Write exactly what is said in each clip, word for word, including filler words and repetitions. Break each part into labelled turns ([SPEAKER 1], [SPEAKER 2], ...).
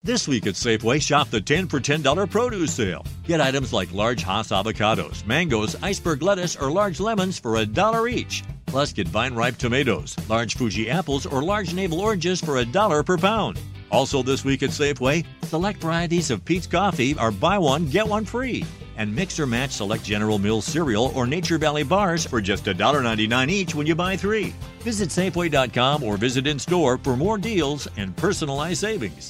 [SPEAKER 1] This week at Safeway, shop the ten for ten dollars produce sale. Get items like large Hass avocados, mangoes, iceberg lettuce, or large lemons for a dollar each. Plus, get vine-ripe tomatoes, large Fuji apples, or large navel oranges for a dollar per pound. Also this week at Safeway, select varieties of Pete's Coffee are buy one, get one free. And mix or match select General Mills cereal or Nature Valley bars for just one dollar ninety-nine each when you buy three. Visit Safeway dot com or visit in-store for more deals and personalized savings.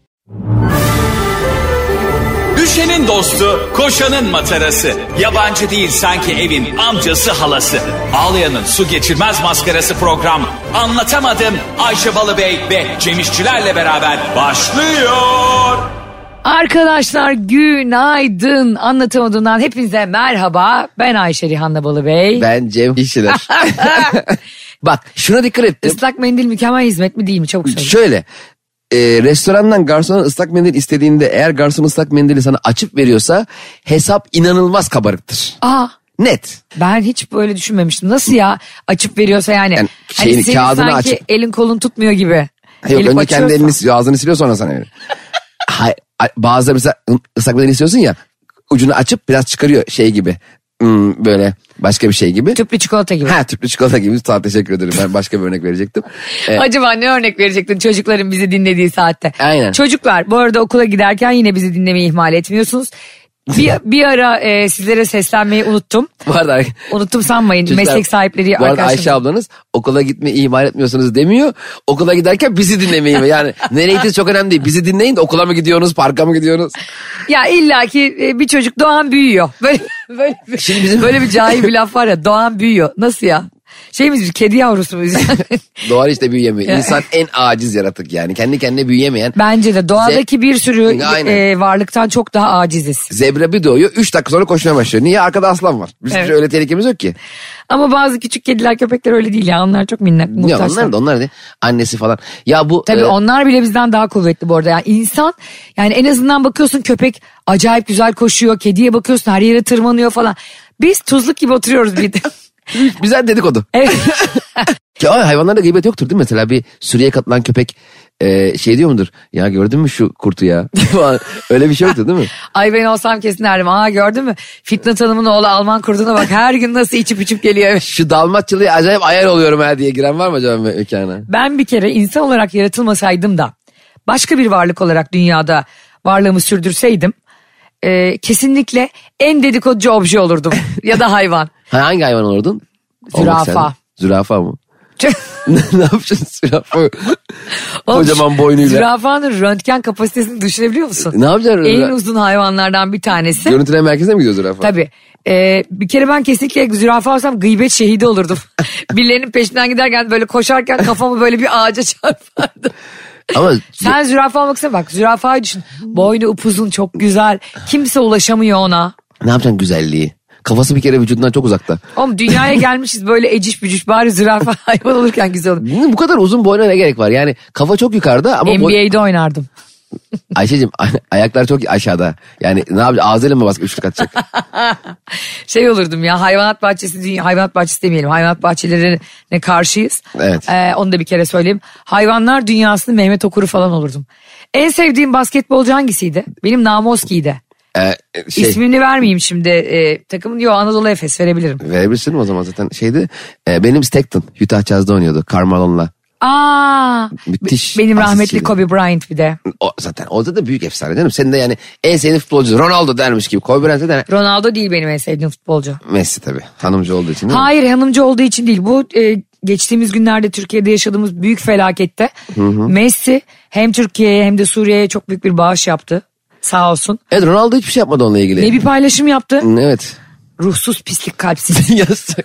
[SPEAKER 2] Düşenin dostu, koşanın matarası. Yabancı değil sanki evin amcası halası. Ağlayanın su geçirmez maskarası program. Anlatamadım Ayşe Balıbey ve Cem İşçilerle beraber başlıyor.
[SPEAKER 3] Arkadaşlar günaydın. Anlatamadığımdan hepinize merhaba. Ben Ayşe Rihanna Balıbey.
[SPEAKER 4] Ben Cem İşçiler. Bak şuna dikkat ettim.
[SPEAKER 3] Islak mendil mükemmel hizmet mi değil mi? Çabuk söyle.
[SPEAKER 4] Şöyle. E, restorandan garsonun ıslak mendil istediğinde eğer garson ıslak mendili sana açıp veriyorsa hesap inanılmaz kabarıktır.
[SPEAKER 3] Aa.
[SPEAKER 4] Net.
[SPEAKER 3] Ben hiç böyle düşünmemiştim. Nasıl ya? Açıp veriyorsa yani.
[SPEAKER 4] yani
[SPEAKER 3] şeyini, hani senin
[SPEAKER 4] kağıdını
[SPEAKER 3] sanki
[SPEAKER 4] açıp.
[SPEAKER 3] elin kolun tutmuyor gibi.
[SPEAKER 4] Yok,
[SPEAKER 3] Elif
[SPEAKER 4] önce
[SPEAKER 3] açıyorsa.
[SPEAKER 4] kendi elini ağzını siliyor sonra sana veriyor. Hayır, bazıları mesela ıslak mendil istiyorsun ya, ucunu açıp biraz çıkarıyor şey gibi. Hmm, böyle başka bir şey gibi.
[SPEAKER 3] Tüplü çikolata gibi.
[SPEAKER 4] Ha, tüplü çikolata gibi. Sağ teşekkür ederim. Ben başka bir örnek verecektim. Ee,
[SPEAKER 3] Acaba ne örnek verecektin çocukların bizi dinlediği saatte?
[SPEAKER 4] Aynen.
[SPEAKER 3] Çocuklar bu arada okula giderken yine bizi dinlemeyi ihmal etmiyorsunuz. Bir, bir ara e, sizlere seslenmeyi unuttum.
[SPEAKER 4] Bu arada,
[SPEAKER 3] unuttum sanmayın.
[SPEAKER 4] çocuklar,
[SPEAKER 3] Meslek sahipleri
[SPEAKER 4] bu arada
[SPEAKER 3] arkadaşlar.
[SPEAKER 4] Ayşe ablanız okula gitmeyi ihmal etmiyorsunuz demiyor. Okula giderken bizi dinlemeyi. Yani nereye gittiğiniz çok önemli değil. Bizi dinleyin de okula mı gidiyorsunuz, parka mı gidiyorsunuz?
[SPEAKER 3] Ya illaki e, bir çocuk doğan büyüyor. Böyle böyle,
[SPEAKER 4] Şimdi bizim...
[SPEAKER 3] böyle bir cahil bir laf var ya, doğan büyüyor. Nasıl ya? Şey miyiz biz, kedi yavrusu muyuz?
[SPEAKER 4] Doğar işte büyüyemiyor. İnsan en aciz yaratık yani. Kendi kendine büyüyemeyen.
[SPEAKER 3] Bence de doğadaki
[SPEAKER 4] Ze-
[SPEAKER 3] bir sürü
[SPEAKER 4] Aynen.
[SPEAKER 3] e, varlıktan çok daha aciziz.
[SPEAKER 4] Zebra bir doğuyor, üç dakika sonra koşmaya başlıyor. Niye? Arkada aslan var. Bizim
[SPEAKER 3] Evet.
[SPEAKER 4] öyle tehlikemiz yok ki.
[SPEAKER 3] Ama bazı küçük kediler, köpekler öyle değil ya. Onlar çok minnak,
[SPEAKER 4] Ya
[SPEAKER 3] muhtaçlar.
[SPEAKER 4] onlar da onlar da annesi falan. Ya bu
[SPEAKER 3] Tabii
[SPEAKER 4] e,
[SPEAKER 3] onlar bile bizden daha kuvvetli bu arada. Yani insan, yani en azından bakıyorsun köpek acayip güzel koşuyor. Kediye bakıyorsun her yere tırmanıyor falan. Biz tuzluk gibi oturuyoruz bir de.
[SPEAKER 4] güzel dedikodu.
[SPEAKER 3] Evet.
[SPEAKER 4] Ya hayvanlarda gıybet yoktur değil mi? Mesela bir sürüye katılan köpek e, şey diyor mudur? Ya gördün mü şu kurtu ya? Öyle bir şey yoktur değil mi?
[SPEAKER 3] Ay ben olsam kesin derdim. Aa gördün mü? Fitnat Hanım'ın oğlu Alman kurduna bak, her gün nasıl içip içip geliyor.
[SPEAKER 4] Şu dalmatçılığı acayip ayar oluyorum ha diye giren var mı acaba mekana?
[SPEAKER 3] Ben bir kere insan olarak yaratılmasaydım da başka bir varlık olarak dünyada varlığımı sürdürseydim e, kesinlikle en dedikoducu obje olurdum. Ya da hayvan.
[SPEAKER 4] Ha, hangi hayvan olurdun?
[SPEAKER 3] Zürafa.
[SPEAKER 4] Zürafa mı? Ne yapacaksın zürafa? Kocaman boynuyla.
[SPEAKER 3] Zürafanın röntgen kapasitesini düşünebiliyor musun?
[SPEAKER 4] Ne yapacaksın?
[SPEAKER 3] En uzun hayvanlardan bir tanesi.
[SPEAKER 4] Görüntüleme merkezine mi gidiyor zürafa?
[SPEAKER 3] Tabii. Ee, bir kere ben kesinlikle zürafa olsam gıybet şehidi olurdum. Birilerinin peşinden giderken böyle koşarken kafamı böyle bir ağaca çarpardım.
[SPEAKER 4] Ama
[SPEAKER 3] Sen zürafa olmak isteme, bak zürafayı düşün. Boynu upuzun, çok güzel. Kimse ulaşamıyor ona.
[SPEAKER 4] ne yapacaksın güzelliği? Kafası bir kere vücudundan çok uzakta.
[SPEAKER 3] Oğlum dünyaya gelmişiz böyle eciş bücüş, bari zürafa hayvan olurken güzel olur.
[SPEAKER 4] Bu kadar uzun boyuna ne gerek var? Yani kafa çok yukarıda ama...
[SPEAKER 3] N
[SPEAKER 4] boy...
[SPEAKER 3] B A'de oynardım.
[SPEAKER 4] Ayşe'cim ayaklar çok aşağıda. Yani ne yapacak? Ağzıyla mı baskı üçlük atacak?
[SPEAKER 3] Şey olurdum ya, hayvanat bahçesi, dünya, hayvanat bahçesi demeyelim. Hayvanat bahçelerine karşıyız.
[SPEAKER 4] Evet.
[SPEAKER 3] Ee, onu da bir kere söyleyeyim. Hayvanlar dünyasının Mehmet Okur'u falan olurdum. En sevdiğim basketbolcu hangisiydi? Benim Namoski'ydi.
[SPEAKER 4] Ee, şey,
[SPEAKER 3] İsmini vermeyeyim şimdi. Ee, takımın yok, Anadolu Efes, verebilirim.
[SPEAKER 4] verebilirsin o zaman zaten şeydi. E, benim Stockton Utah Jazz'da oynuyordu. Carmelo'nla.
[SPEAKER 3] Aa,
[SPEAKER 4] Müthiş
[SPEAKER 3] benim rahmetli
[SPEAKER 4] asistçiydi.
[SPEAKER 3] Kobe Bryant bir de.
[SPEAKER 4] O zaten orada da büyük efsane canım. Senin de yani en sevdiğin futbolcu Ronaldo dermiş gibi. Kobe Bryant'e de
[SPEAKER 3] Ronaldo değil benim en sevdiğim futbolcu.
[SPEAKER 4] Messi tabii. Hanımcı olduğu için değil mi?
[SPEAKER 3] Hayır, hanımcı olduğu için değil. Bu e, geçtiğimiz günlerde Türkiye'de yaşadığımız büyük felakette hı hı. Messi hem Türkiye'ye hem de Suriye'ye çok büyük bir bağış yaptı. Sağ olsun.
[SPEAKER 4] Evet, Ronaldo hiçbir şey yapmadı onunla ilgili.
[SPEAKER 3] Ne bir paylaşım yaptı.
[SPEAKER 4] Evet.
[SPEAKER 3] Ruhsuz, pislik, kalpsiz.
[SPEAKER 4] Yasak.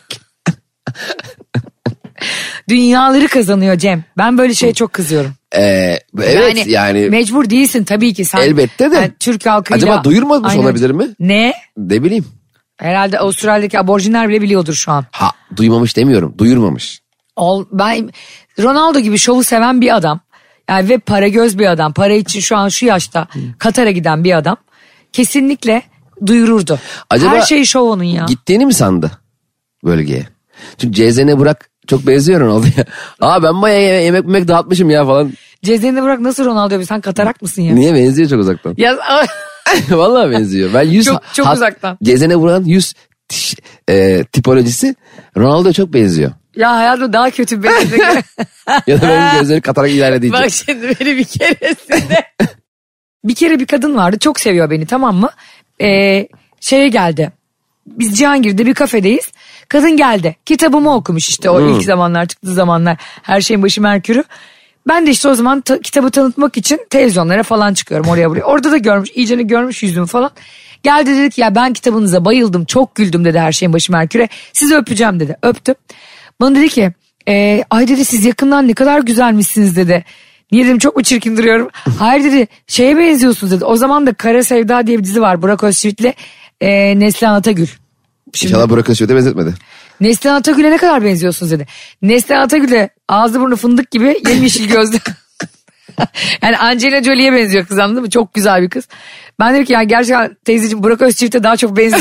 [SPEAKER 3] Dünyaları kazanıyor Cem. Ben böyle şeye çok kızıyorum.
[SPEAKER 4] Ee, evet yani, yani.
[SPEAKER 3] Mecbur değilsin tabii ki. Sen,
[SPEAKER 4] elbette de.
[SPEAKER 3] Yani Türk halkıyla.
[SPEAKER 4] Acaba duyurmamış
[SPEAKER 3] aynen.
[SPEAKER 4] olabilir mi?
[SPEAKER 3] Ne?
[SPEAKER 4] Ne bileyim.
[SPEAKER 3] Herhalde Avustralya'daki aborjinler bile biliyordur şu an.
[SPEAKER 4] Ha, duymamış demiyorum. Duyurmamış.
[SPEAKER 3] Ol, ben Ronaldo gibi şovu seven bir adam. Yani ve para göz bir adam. Para için şu an şu yaşta Katar'a giden bir adam. Kesinlikle duyururdu.
[SPEAKER 4] Acaba
[SPEAKER 3] her şey şov onun ya.
[SPEAKER 4] Gittiğini mi sandı bölgeye? Çünkü C Z N Burak Çok benziyor Ronaldo'ya. Aa ben bayağı yemek yemek dağıtmışım ya falan.
[SPEAKER 3] Cezene bırak nasıl Ronaldo? Sen katarak mısın ya?
[SPEAKER 4] Niye benziyor çok uzaktan?
[SPEAKER 3] Ya
[SPEAKER 4] Vallahi benziyor. Ben yüz
[SPEAKER 3] Çok- çok uzaktan.
[SPEAKER 4] Cezene vuran yüz tiş- e, tipolojisi Ronaldo'ya çok benziyor.
[SPEAKER 3] ya hayatım daha kötü bir benziyor.
[SPEAKER 4] Ya da benim gözleri katarak ilerlediği için.
[SPEAKER 3] Bak şimdi beni bir keresinde. bir kere bir kadın vardı, çok seviyor beni, tamam mı? Ee, şeye geldi. Biz Cihangir'de bir kafedeyiz. Kadın geldi. Kitabımı okumuş işte o
[SPEAKER 4] Hmm.
[SPEAKER 3] ilk zamanlar, çıktığı zamanlar. Her şeyin başı Merkür'ü. Ben de işte o zaman ta- kitabı tanıtmak için televizyonlara falan çıkıyorum oraya buraya. Orada da görmüş, iyicene görmüş yüzümü falan. Geldi dedi ki ya ben kitabınıza bayıldım, çok güldüm dedi Her Şeyin Başı Merkür'e. Sizi öpeceğim dedi. Öptüm. Bana dedi ki e, ay dedi siz yakından ne kadar güzelmişsiniz dedi. Niye dedim, çok mu çirkin duruyorum? Hayır dedi, şeye benziyorsunuz dedi. O zaman da Kara Sevda diye bir dizi var Burak Özçivit'le e, Neslihan Atagül. Şimdi,
[SPEAKER 4] İnşallah Burak Özçivit'e benzetmedi.
[SPEAKER 3] Neslihan Atagül'e ne kadar benziyorsunuz dedi. Neslihan Atagül'e ağzı burnu fındık gibi yemyeşil gözlü. Yani Angelina Jolie'ye benziyor kız, anladın mı? Çok güzel bir kız. Ben dedim ki ya gerçekten teyzeciğim Burak Özçivit'e daha çok benziyor.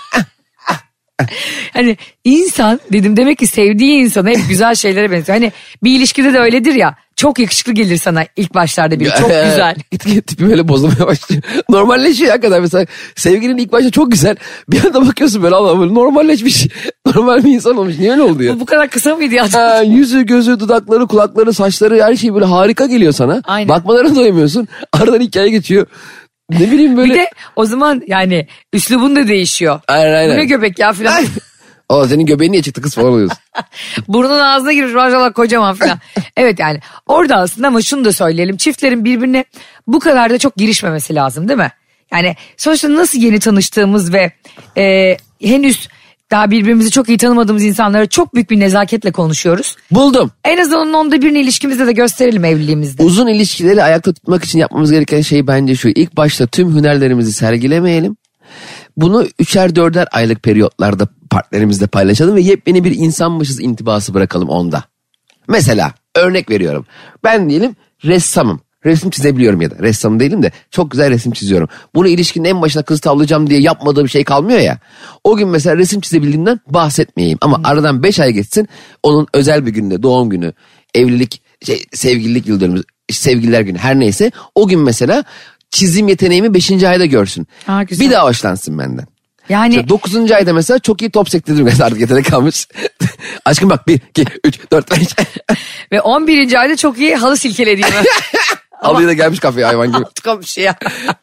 [SPEAKER 3] Hani insan dedim, demek ki sevdiği insana hep güzel şeylere benziyor. Hani bir ilişkide de öyledir ya, çok yakışıklı gelir sana ilk başlarda biri, çok güzel.
[SPEAKER 4] Tipi böyle bozulmaya başlıyor. Normalleşiyor hakikaten, mesela sevgilinin ilk başta çok güzel. Bir anda bakıyorsun böyle Allah böyle normalleşmiş. Normal bir insan olmuş. Niye öyle oldu ya?
[SPEAKER 3] Bu, bu kadar kısa mıydı ya?
[SPEAKER 4] Ha, yüzü, gözü, dudakları, kulakları, saçları, her şey böyle harika geliyor sana.
[SPEAKER 3] Aynen.
[SPEAKER 4] Bakmalarına doyamıyorsun. Aradan hikaye geçiyor. Ne bileyim böyle.
[SPEAKER 3] Bir de o zaman yani üslubun da değişiyor.
[SPEAKER 4] Aynen, aynen.
[SPEAKER 3] Bu ne göbek ya filan.
[SPEAKER 4] O senin göbeğin niye çıktı kız falan oluyorsun.
[SPEAKER 3] Burnun ağzına girmiş maşallah kocaman filan. Evet yani orada aslında, ama şunu da söyleyelim. Çiftlerin birbirine bu kadar da çok girişmemesi lazım değil mi? Yani sonuçta nasıl yeni tanıştığımız ve e, henüz daha birbirimizi çok iyi tanımadığımız insanlara çok büyük bir nezaketle konuşuyoruz.
[SPEAKER 4] Buldum.
[SPEAKER 3] En azından onda birini ilişkimizde de gösterelim, evliliğimizde.
[SPEAKER 4] Uzun ilişkileri ayakta tutmak için yapmamız gereken şey bence şu. İlk başta tüm hünerlerimizi sergilemeyelim. Bunu üçer dörder aylık periyotlarda partnerimizle paylaşalım ve yepyeni bir insanmışız intibası bırakalım onda. Mesela örnek veriyorum. Ben diyelim ressamım. Resim çizebiliyorum ya da ressam değilim de çok güzel resim çiziyorum. Bunu ilişkinin en başına kız tavlayacağım diye yapmadığım şey kalmıyor ya. O gün mesela resim çizebildiğimden bahsetmeyeyim. Ama aradan beş ay geçsin, onun özel bir günde, doğum günü, evlilik, şey, sevgililik yıldönümü, sevgililer günü her neyse. O gün mesela çizim yeteneğimi beşinci ayda görsün.
[SPEAKER 3] Aa, güzel.
[SPEAKER 4] Bir daha hoşlansın benden.
[SPEAKER 3] Yani
[SPEAKER 4] İşte dokuzuncu ayda mesela çok iyi top sektirdim mesela, artık yetenek kalmış. Aşkım bak bir, iki, üç, dört, beş.
[SPEAKER 3] ve on birinci ayda çok iyi halı silkelediğimi.
[SPEAKER 4] Alıya da gelmiş kafaya hayvan gibi.
[SPEAKER 3] Komşu ya.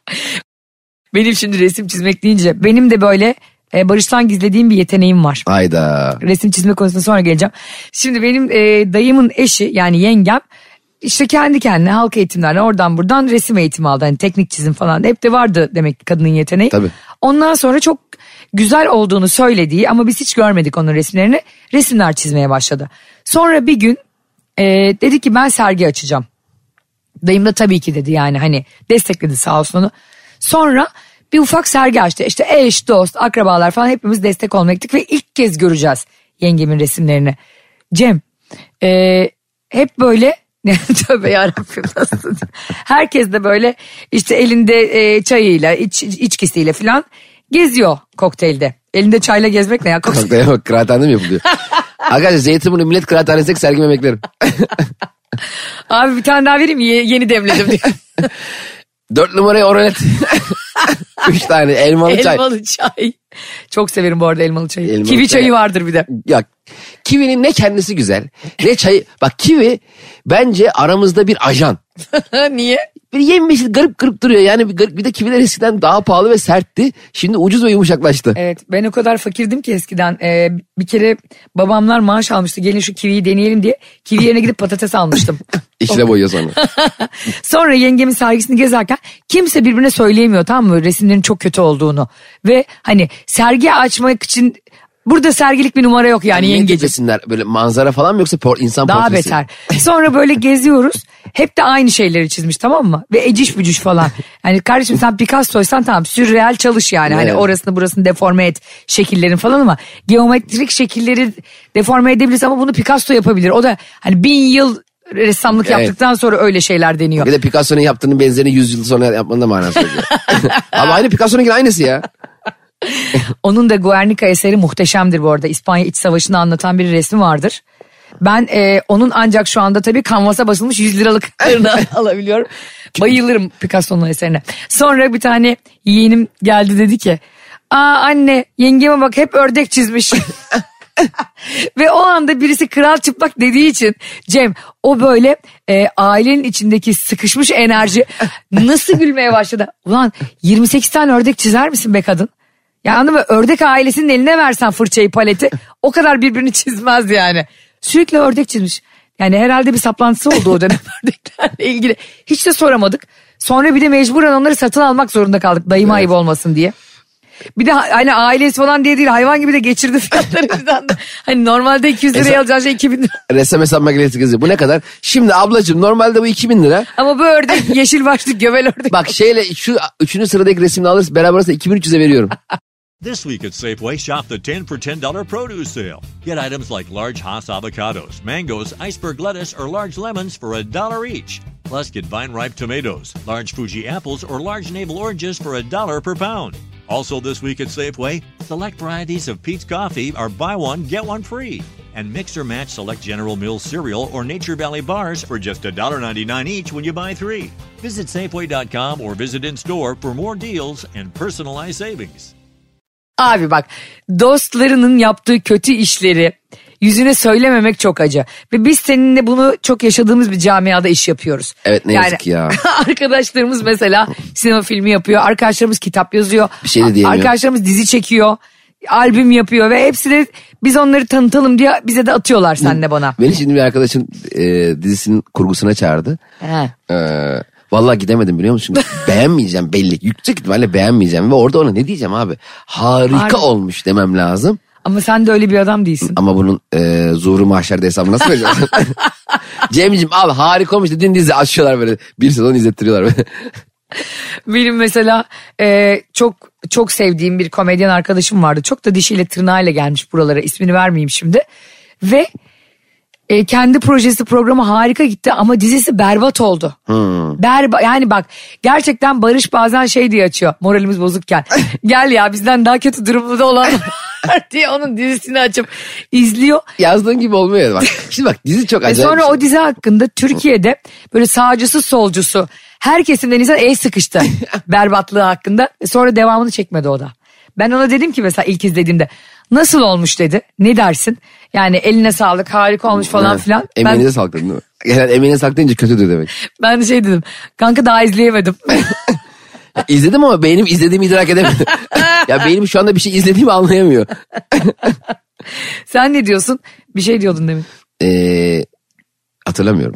[SPEAKER 3] Benim şimdi resim çizmek deyince benim de böyle e, Barış'tan gizlediğim bir yeteneğim var.
[SPEAKER 4] Hayda.
[SPEAKER 3] Resim çizme konusuna sonra geleceğim. Şimdi benim e, dayımın eşi yani yengem işte kendi kendine halk eğitimlerden oradan buradan resim eğitimi aldı. Hani teknik çizim falan hep de vardı demek ki kadının yeteneği.
[SPEAKER 4] Tabii.
[SPEAKER 3] Ondan sonra çok güzel olduğunu söylediği ama biz hiç görmedik onun resimlerini, resimler çizmeye başladı. Sonra bir gün e, dedi ki ben sergi açacağım. Dayım da tabii ki dedi, yani hani destekledi sağ olsun onu. Sonra bir ufak sergi açtı. İşte eş, dost, akrabalar falan hepimiz destek olmaya gittik ve ilk kez göreceğiz yengemin resimlerini. Cem e, hep böyle tövbe yarabbim nasıl? Herkes de böyle işte elinde e, çayıyla, iç, içkisiyle falan geziyor kokteylde. Elinde çayla gezmek ne ya?
[SPEAKER 4] Kokteyl bak, kıraathanede mi yapılıyor? Arkadaşlar Zeytinburnu Millet Kıraathanesi'ndeki sergime beklerim.
[SPEAKER 3] Abi bir tane daha vereyim, ye- yeni demledim diye.
[SPEAKER 4] Dört numaraya oralet. Üç tane elmalı çay.
[SPEAKER 3] Elmalı çay. Çok severim bu arada elmalı çayı.
[SPEAKER 4] Elmalı
[SPEAKER 3] Kivi
[SPEAKER 4] çay.
[SPEAKER 3] çayı vardır bir de.
[SPEAKER 4] Ya kivinin ne kendisi güzel ne çayı. Bak kivi bence aramızda bir ajan.
[SPEAKER 3] Niye?
[SPEAKER 4] Bir yemyeşil garip garip duruyor. Yani bir, garip, bir de kiviler eskiden daha pahalı ve sertti. Şimdi ucuz ve yumuşaklaştı.
[SPEAKER 3] Evet, ben o kadar fakirdim ki eskiden. Ee, bir kere babamlar maaş almıştı. Gelin şu kiviyi deneyelim diye. Kivi yerine gidip patates almıştım.
[SPEAKER 4] İçine boyuyor sonra.
[SPEAKER 3] Sonra yengemin sergisini gezerken kimse birbirine söyleyemiyor, tamam mı? Resimlerin çok kötü olduğunu. Ve hani sergi açmak için burada sergilik bir numara yok yani
[SPEAKER 4] Ne
[SPEAKER 3] yengeciğim.
[SPEAKER 4] resimler böyle manzara falan mı yoksa por, insan
[SPEAKER 3] Daha
[SPEAKER 4] portresi?
[SPEAKER 3] beter. Sonra böyle geziyoruz. Hep de aynı şeyleri çizmiş, tamam mı? Ve eciş bücüş falan. Yani kardeşim sen Picasso'ysan tamam, sürreal çalış yani. Hani
[SPEAKER 4] Evet.
[SPEAKER 3] orasını burasını deforme et şekillerin falan, ama geometrik şekilleri deforme edebilirsin ama bunu Picasso yapabilir. O da hani bin yıl ressamlık
[SPEAKER 4] Evet.
[SPEAKER 3] yaptıktan sonra öyle şeyler deniyor.
[SPEAKER 4] Bir de Picasso'nun yaptığının benzerini yüz yıl sonra yapmanın da manası oluyor. Ama aynı Picasso'nunki aynısı ya.
[SPEAKER 3] Onun da Guernica eseri muhteşemdir bu arada. İspanya İç Savaşı'nı anlatan bir resmi vardır. Ben e, onun ancak şu anda tabii kanvasa basılmış yüz liralıklarını alabiliyorum. Bayılırım Picasso'nun eserine. Sonra bir tane yeğenim geldi dedi ki, aa anne yengeme bak hep ördek çizmiş. Ve o anda birisi kral çıplak dediği için Cem o böyle e, ailenin içindeki sıkışmış enerji nasıl gülmeye başladı. Ulan yirmi sekiz tane ördek çizer misin be kadın? Ya anladın mı? Ördek ailesinin eline versen fırçayı, paleti o kadar birbirini çizmez yani. Sürekli ördek çizmiş. Yani herhalde bir saplantısı oldu o dönem ördeklerle ilgili. Hiç de soramadık. Sonra bir de mecburen onları satın almak zorunda kaldık. Dayıma evet. Ayıp olmasın diye. Bir de hani ailesi falan diye değil, hayvan gibi de geçirdi fiyatları bizden de. Hani normalde iki yüz liraya alacağın şey iki bin lira.
[SPEAKER 4] Ressam hesap makinesi geziyor. Bu ne kadar? Şimdi ablacığım normalde bu iki bin lira.
[SPEAKER 3] Ama bu ördek yeşil başlı göbel ördek.
[SPEAKER 4] Bak şeyle şu üçüncü sıradaki resimini alırız beraber alırsa iki bin üç yüze veriyorum.
[SPEAKER 1] This week at Safeway, shop the ten for ten dollars produce sale. Get items like large Hass avocados, mangoes, iceberg lettuce, or large lemons for a dollar each. Plus, get vine-ripe tomatoes, large Fuji apples, or large navel oranges for a dollar per pound. Also this week at Safeway, select varieties of Pete's Coffee are buy one, get one free. And mix or match select General Mills cereal or Nature Valley bars for just one dollar ninety-nine each when you buy three. Visit Safeway dot com or visit in-store for more deals and personalized savings.
[SPEAKER 3] Abi bak, dostlarının yaptığı kötü işleri yüzüne söylememek çok acı. Ve biz seninle bunu çok yaşadığımız bir camiada iş yapıyoruz.
[SPEAKER 4] Evet ne yani, yazık ya.
[SPEAKER 3] Arkadaşlarımız mesela sinema filmi yapıyor. Arkadaşlarımız kitap yazıyor.
[SPEAKER 4] Bir şey de diyemiyor.
[SPEAKER 3] Arkadaşlarımız dizi çekiyor. Albüm yapıyor ve hepsi de biz onları tanıtalım diye bize de atıyorlar senle bana.
[SPEAKER 4] Beni şimdi bir arkadaşın e, dizisinin kurgusuna çağırdı. He. Eee... Vallahi gidemedim biliyor musun? Çünkü beğenmeyeceğim belli. Yüksek ihtimalle beğenmeyeceğim. Ve orada ona ne diyeceğim abi? Harika Harbi. olmuş demem lazım.
[SPEAKER 3] Ama sen de öyle bir adam değilsin.
[SPEAKER 4] Ama bunun e, zuhuru mahşerde hesabı nasıl vereceğim? Cemciğim al harika olmuş dediğin dizi açıyorlar böyle. Bir sezon izlettiriyorlar böyle.
[SPEAKER 3] Benim mesela e, çok çok sevdiğim bir komedyen arkadaşım vardı. Çok da dişiyle tırnağıyla gelmiş buralara. İsmini vermeyeyim şimdi. Ve... E, kendi projesi programı harika gitti ama dizisi berbat oldu. Hmm. Berba yani bak gerçekten Barış bazen şey diye açıyor moralimiz bozukken. Gel ya bizden daha kötü durumda olan diye onun dizisini açıp izliyor.
[SPEAKER 4] Yazdığın gibi olmuyor bak. Şimdi bak dizi çok acayip.
[SPEAKER 3] Ve sonra o dizi hakkında Türkiye'de böyle sağcısı solcusu her kesimden insan el sıkıştı berbatlığı hakkında. Sonra devamını çekmedi o da. Ben ona dedim ki mesela ilk izlediğimde nasıl olmuş dedi. Ne dersin? Yani eline sağlık harika olmuş falan evet. filan.
[SPEAKER 4] Emeğine ben... sağlık değil mi? Yani emeğine sağlık deyince kötüdür demek.
[SPEAKER 3] Ben de şey dedim. Kanka daha izleyemedim.
[SPEAKER 4] Ya izledim ama beynim izlediğimi idrak edemedim. Ya beynim şu anda bir şey izlediğimi anlayamıyor.
[SPEAKER 3] Sen ne diyorsun? Bir şey diyordun demin.
[SPEAKER 4] Ee, hatırlamıyorum.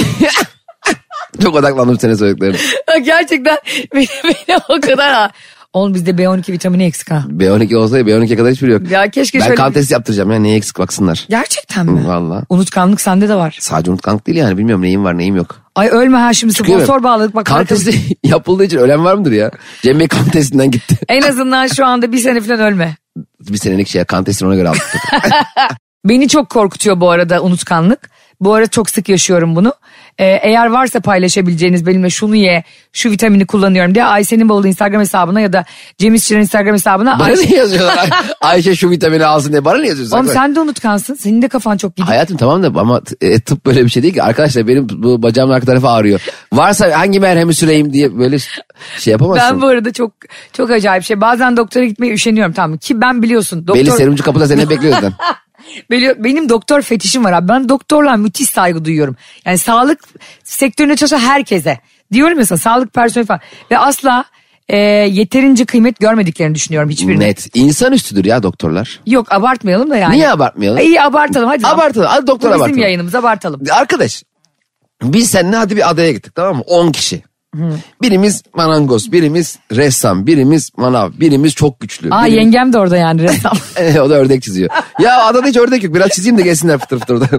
[SPEAKER 4] Çok odaklandım senin söylediklerine.
[SPEAKER 3] Gerçekten beni, beni o kadar ha. Oğlum bizde B on iki vitamini eksik ha.
[SPEAKER 4] B on iki olsaydı B on ikiye kadar hiçbiri yok.
[SPEAKER 3] Ya keşke
[SPEAKER 4] ben
[SPEAKER 3] şöyle...
[SPEAKER 4] kan testi yaptıracağım ya neye eksik baksınlar.
[SPEAKER 3] Gerçekten mi?
[SPEAKER 4] Valla.
[SPEAKER 3] Unutkanlık sende de var.
[SPEAKER 4] Sadece unutkanlık değil yani bilmiyorum neyim var neyim yok.
[SPEAKER 3] Ay ölme ha şimdi sponsor bağladık. Bak,
[SPEAKER 4] kan testi yapıldığı için ölen var mıdır ya? Cem Bey kan testinden gitti.
[SPEAKER 3] En azından şu anda bir sene falan ölme.
[SPEAKER 4] Bir senelik şey kan testini ona göre aldık.
[SPEAKER 3] Beni çok korkutuyor bu arada unutkanlık. Bu arada çok sık yaşıyorum bunu. Ee, eğer varsa paylaşabileceğiniz benimle şunu ye, şu vitamini kullanıyorum diye Ayşe'nin Bavulu Instagram hesabına ya da Cem İşçilerin Instagram hesabına.
[SPEAKER 4] Bana Ayşe... ne yazıyorlar? Ayşe şu vitamini alsın diye bana ne yazıyorsun?
[SPEAKER 3] Oğlum sen de unutkansın. Senin de kafan çok gidiyor.
[SPEAKER 4] Hayatım tamam da ama e, tıp böyle bir şey değil ki. Arkadaşlar benim bu bacağımın arka tarafı ağrıyor. Varsa hangi merhemi süreyim diye böyle şey yapamazsın.
[SPEAKER 3] Ben bu arada çok çok acayip şey. Bazen doktora gitmeye üşeniyorum tamam ki ben biliyorsun. Doktor...
[SPEAKER 4] Belli serumcu kapıda seni bekliyor zaten.
[SPEAKER 3] Benim doktor fetişim var abi. Ben doktorlara müthiş saygı duyuyorum. Yani sağlık sektöründe çalışan herkese. Diyorum mesela sağlık personeli falan. Ve asla e, yeterince kıymet görmediklerini düşünüyorum hiçbirini.
[SPEAKER 4] Net. İnsanüstüdür ya doktorlar.
[SPEAKER 3] Yok abartmayalım da yani.
[SPEAKER 4] Niye abartmayalım?
[SPEAKER 3] İyi abartalım hadi.
[SPEAKER 4] Abartalım. Hadi doktor abartalım.
[SPEAKER 3] Bizim yayınımız abartalım.
[SPEAKER 4] Arkadaş biz seninle hadi bir adaya gittik tamam mı? on kişi. Hı. Birimiz marangoz, birimiz ressam, birimiz manav, birimiz çok güçlü.
[SPEAKER 3] Aa
[SPEAKER 4] birimiz...
[SPEAKER 3] yengem de orada yani ressam.
[SPEAKER 4] O da ördek çiziyor. Ya adada hiç ördek yok. Biraz çizeyim de gelsinler fıtır fıtır oradan.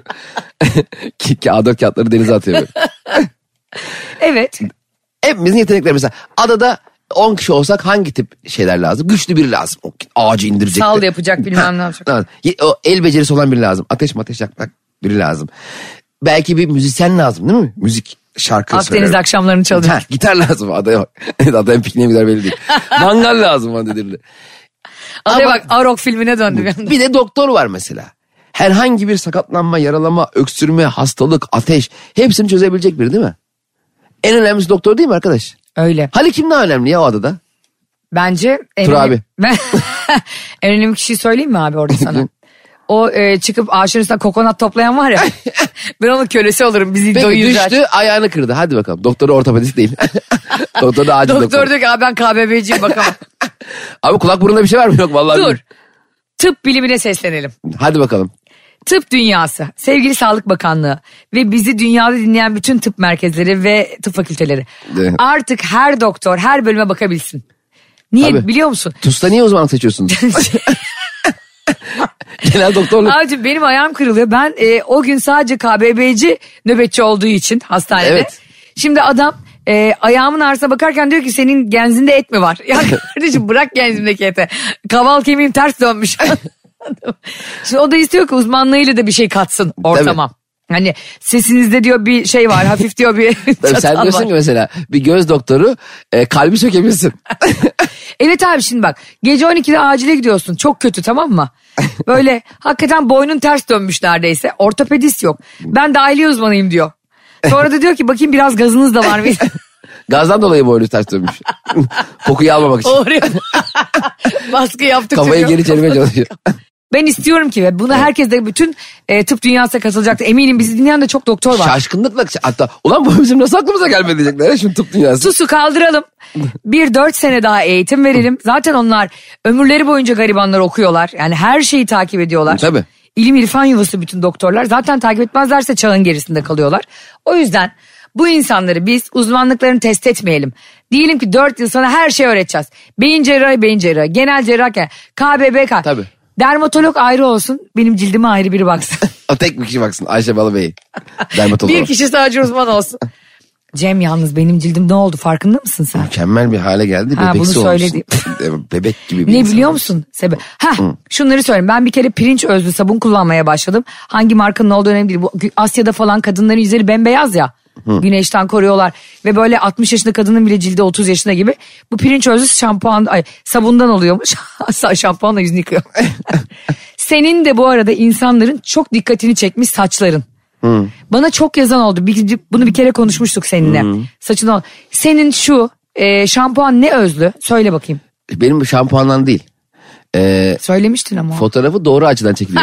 [SPEAKER 4] Ki A dört kağıtları denize atıyor.
[SPEAKER 3] Evet.
[SPEAKER 4] Hepimizin yetenekleri mesela. Adada on kişi olsak hangi tip şeyler lazım? Güçlü biri lazım. O ağacı indirecek.
[SPEAKER 3] Sal yapacak bilmem ne yapacak.
[SPEAKER 4] O el becerisi olan biri lazım. Ateş mateş yakmak biri lazım. Belki bir müzisyen lazım değil mi? Müzik. Şarkı
[SPEAKER 3] Akdeniz
[SPEAKER 4] söylerim.
[SPEAKER 3] akşamlarını çalacak.
[SPEAKER 4] Ha, gitar lazım adaya bak. Adaya pikniğe gider belli değil. Mangal lazım falan dediğinde.
[SPEAKER 3] Adaya bak Arok filmine döndü.
[SPEAKER 4] Bir de doktor var mesela. herhangi bir sakatlanma, yaralama, öksürme, hastalık, ateş hepsini çözebilecek biri değil mi? En önemlisi doktor değil mi arkadaş?
[SPEAKER 3] Öyle.
[SPEAKER 4] Hani kim daha önemli ya o adada?
[SPEAKER 3] Bence en
[SPEAKER 4] Tur
[SPEAKER 3] önemli,
[SPEAKER 4] abi.
[SPEAKER 3] Ben, en önemli kişiyi söyleyeyim mi abi orada sana? O e, çıkıp ağaçın üstünden kokonat toplayan var ya. Ben onun kölesi olurum. Bizi
[SPEAKER 4] Peki
[SPEAKER 3] doyuracak.
[SPEAKER 4] düştü, ayağını kırdı. Hadi bakalım. Doktoru ortopedist değil. Doktor da acil doktor.
[SPEAKER 3] Doktor diyor ki abi ben K B B'ciyim bakalım.
[SPEAKER 4] Abi kulak burunda bir şey var mı? Yok vallahi.
[SPEAKER 3] Dur. Tıp bilimine seslenelim.
[SPEAKER 4] Hadi bakalım.
[SPEAKER 3] Tıp dünyası, sevgili Sağlık Bakanlığı ve bizi dünyada dinleyen bütün tıp merkezleri ve tıp fakülteleri.
[SPEAKER 4] Evet.
[SPEAKER 3] Artık her doktor her bölüme bakabilsin. Niye
[SPEAKER 4] Tabii.
[SPEAKER 3] biliyor musun?
[SPEAKER 4] TUS'ta niye uzman seçiyorsunuz? Genel doktorluk.
[SPEAKER 3] Abicim benim ayağım kırılıyor. Ben e, o gün sadece K B B'ci nöbetçi olduğu için hastanede.
[SPEAKER 4] Evet.
[SPEAKER 3] Şimdi adam e, ayağımın ağrısına bakarken diyor ki senin genzinde et mi var? Ya kardeşim bırak genzimdeki ete. Kaval kemiğim ters dönmüş. Şimdi o da istiyor ki uzmanlığıyla da bir şey katsın ortama. Hani sesinizde diyor bir şey var hafif diyor bir
[SPEAKER 4] Tabii sen diyorsun
[SPEAKER 3] var.
[SPEAKER 4] ki mesela bir göz doktoru e, kalbi sökebilsin.
[SPEAKER 3] Evet abi şimdi bak gece on ikide acile gidiyorsun çok kötü tamam mı? Böyle hakikaten boynun ters dönmüş neredeyse ortopedist yok. Ben dahiliye uzmanıyım diyor. Sonra da diyor ki bakayım biraz gazınız da var mı?
[SPEAKER 4] Gazdan dolayı boynu ters dönmüş. Kokuyu almamak için.
[SPEAKER 3] Oraya baskı yaptık.
[SPEAKER 4] Kafayı geri çevirmeye çalışıyor.
[SPEAKER 3] Ben istiyorum ki ve buna herkes de bütün e, tıp dünyasına katılacaktır. Eminim bizi dinleyen de çok doktor var.
[SPEAKER 4] Şaşkınlıkla hatta ulan bu bizim nasıl aklımıza gelmedi diyecekler ya şu tıp dünyası.
[SPEAKER 3] Susu kaldıralım. Bir dört sene daha eğitim verelim. Zaten onlar ömürleri boyunca garibanlar okuyorlar. Yani her şeyi takip ediyorlar.
[SPEAKER 4] Tabii.
[SPEAKER 3] İlim irfan yuvası bütün doktorlar. Zaten takip etmezlerse çağın gerisinde kalıyorlar. O yüzden bu insanları biz uzmanlıklarını test etmeyelim. Diyelim ki dört yıl sonra her şeyi öğreteceğiz. Beyin cerrahı, beyin cerrahı, genel cerrah, K B B K.
[SPEAKER 4] Tabii.
[SPEAKER 3] Dermatolog ayrı olsun. Benim cildime ayrı biri baksın.
[SPEAKER 4] O tek bir kişi baksın Ayşe Balıbey. Dermatolog.
[SPEAKER 3] Bir kişi sadece uzman olsun. Cem yalnız benim cildim ne oldu farkında mısın sen?
[SPEAKER 4] Mükemmel bir hale geldi.
[SPEAKER 3] Ha,
[SPEAKER 4] Bebeksi
[SPEAKER 3] bunu
[SPEAKER 4] olmuşsun.
[SPEAKER 3] söyledi.
[SPEAKER 4] Bebek gibi bir
[SPEAKER 3] Ne
[SPEAKER 4] insan
[SPEAKER 3] biliyor
[SPEAKER 4] olmuşsun.
[SPEAKER 3] musun? Sebep. Ha, şunları söyleyeyim. Ben bir kere pirinç özlü sabun kullanmaya başladım. Hangi markanın olduğu önemli değil. Bu Asya'da falan kadınların yüzleri bembeyaz ya. Hı. Güneşten koruyorlar ve böyle altmış yaşında kadının bile cildi otuz yaşında gibi. Bu pirinç özlü şampuan ay sabundan oluyormuş. Şampuanla yüzünü yıkıyor. Senin de bu arada insanların çok dikkatini çekmiş saçların. Hı. Bana çok yazan oldu. Bir, bunu bir kere konuşmuştuk seninle. Hı. Saçın ol. Senin şu e, şampuan ne özlü? Söyle bakayım.
[SPEAKER 4] Benim şampuandan değil. Ee,
[SPEAKER 3] Söylemiştin ama.
[SPEAKER 4] Fotoğrafı doğru açıdan çekiliyor.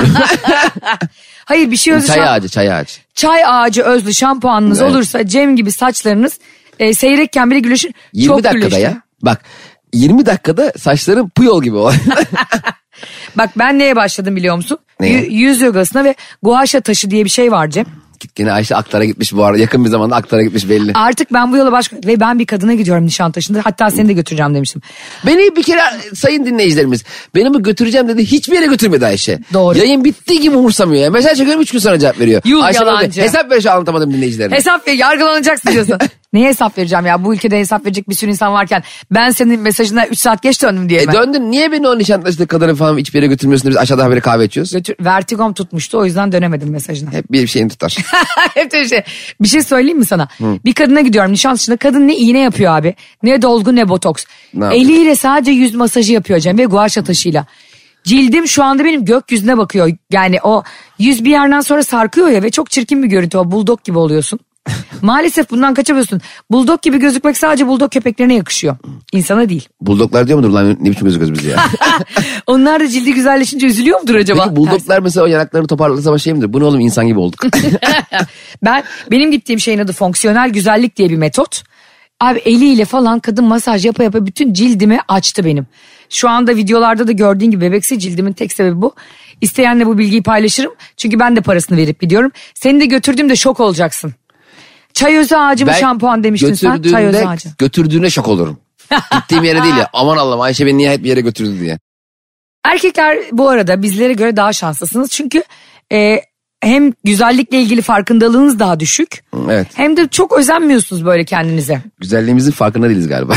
[SPEAKER 3] Hayır bir şey özlü.
[SPEAKER 4] Çay
[SPEAKER 3] şamp-
[SPEAKER 4] ağacı, çay ağacı.
[SPEAKER 3] Çay ağacı özlü şampuanınız
[SPEAKER 4] Evet.
[SPEAKER 3] olursa Cem gibi saçlarınız e, seyrekken bile güleşir.
[SPEAKER 4] yirmi
[SPEAKER 3] çok
[SPEAKER 4] dakikada
[SPEAKER 3] güleşir.
[SPEAKER 4] ya. Bak yirmi dakikada saçların pıyol gibi o.
[SPEAKER 3] Bak ben neye başladım biliyor musun?
[SPEAKER 4] Neye?
[SPEAKER 3] Y- yüz yogasına ve guaşa taşı diye bir şey var Cem.
[SPEAKER 4] Yine Ayşe Aktar'a gitmiş bu arada. Yakın bir zamanda Aktar'a gitmiş belli.
[SPEAKER 3] Artık ben bu yola baş... Ve ben bir kadına gidiyorum Nişantaşı'nda. Hatta seni de götüreceğim demiştim.
[SPEAKER 4] Beni bir kere sayın dinleyicilerimiz beni bu götüreceğim dedi hiçbir yere götürmedi Ayşe.
[SPEAKER 3] Doğru.
[SPEAKER 4] Yayın bittiği gibi umursamıyor. Yani. Mesaj çekiyorum üç gün sonra cevap veriyor.
[SPEAKER 3] Yuh,
[SPEAKER 4] Ayşe
[SPEAKER 3] yalancı.
[SPEAKER 4] bana hesap ver şu anlatamadım dinleyicilerime.
[SPEAKER 3] Hesap ver, yargılanacaksın diyorsun. Neye hesap vereceğim ya? Bu ülkede hesap verecek bir sürü insan varken ben senin mesajına üç saat geç döndüm diye
[SPEAKER 4] E
[SPEAKER 3] mi?
[SPEAKER 4] döndün niye beni o Nişantaşı'da kadını falan hiçbir yere götürmüyorsun da biz aşağıda haberi kahve içiyoruz.
[SPEAKER 3] Götür, vertigom tutmuştu o yüzden dönemedim mesajına.
[SPEAKER 4] Hep bir şeyini tutar.
[SPEAKER 3] Hep de şey. Bir şey söyleyeyim mi sana? Hı. Bir kadına gidiyorum Nişantaşı'nda. Kadın ne iğne yapıyor abi. Ne dolgu ne botoks.
[SPEAKER 4] Ne yapıyor?
[SPEAKER 3] Eliyle sadece yüz masajı yapıyor Cem ve guaşa taşıyla. Cildim şu anda benim gökyüzüne bakıyor. Yani o yüz bir yerden sonra sarkıyor ya ve çok çirkin bir görüntü o. Bulldog gibi oluyorsun. Maalesef bundan kaçamıyorsun. Bulldog gibi gözükmek sadece bulldog köpeklerine yakışıyor. İnsana değil.
[SPEAKER 4] Buldoklar diyor mudur lan ne biçim gözüküyoruz biz ya.
[SPEAKER 3] Onlar da cildi güzelleşince üzülüyor mudur acaba?
[SPEAKER 4] Peki buldoklar mesela o yanaklarını toparladığı zaman şey midir? Bu ne oğlum insan gibi olduk.
[SPEAKER 3] Ben benim gittiğim şeyin adı fonksiyonel güzellik diye bir metot. Abi eliyle falan kadın masaj yapa yapa bütün cildimi açtı benim. Şu anda videolarda da gördüğün gibi bebeksi cildimin tek sebebi bu. İsteyenle bu bilgiyi paylaşırım. Çünkü ben de parasını verip gidiyorum. Seni de götürdüğümde şok olacaksın. Çay özü ağacı mı şampuan demiştin sen? Çay özü ağacı.
[SPEAKER 4] Götürdüğüne şok olurum. Gittiğim yere değil ya aman Allah'ım Ayşe beni nihayet bir yere götürdü diye.
[SPEAKER 3] Erkekler bu arada bizlere göre daha şanslısınız. Çünkü e, hem güzellikle ilgili farkındalığınız daha düşük.
[SPEAKER 4] Evet.
[SPEAKER 3] Hem de çok özenmiyorsunuz böyle kendinize.
[SPEAKER 4] Güzelliğimizin farkında değiliz galiba.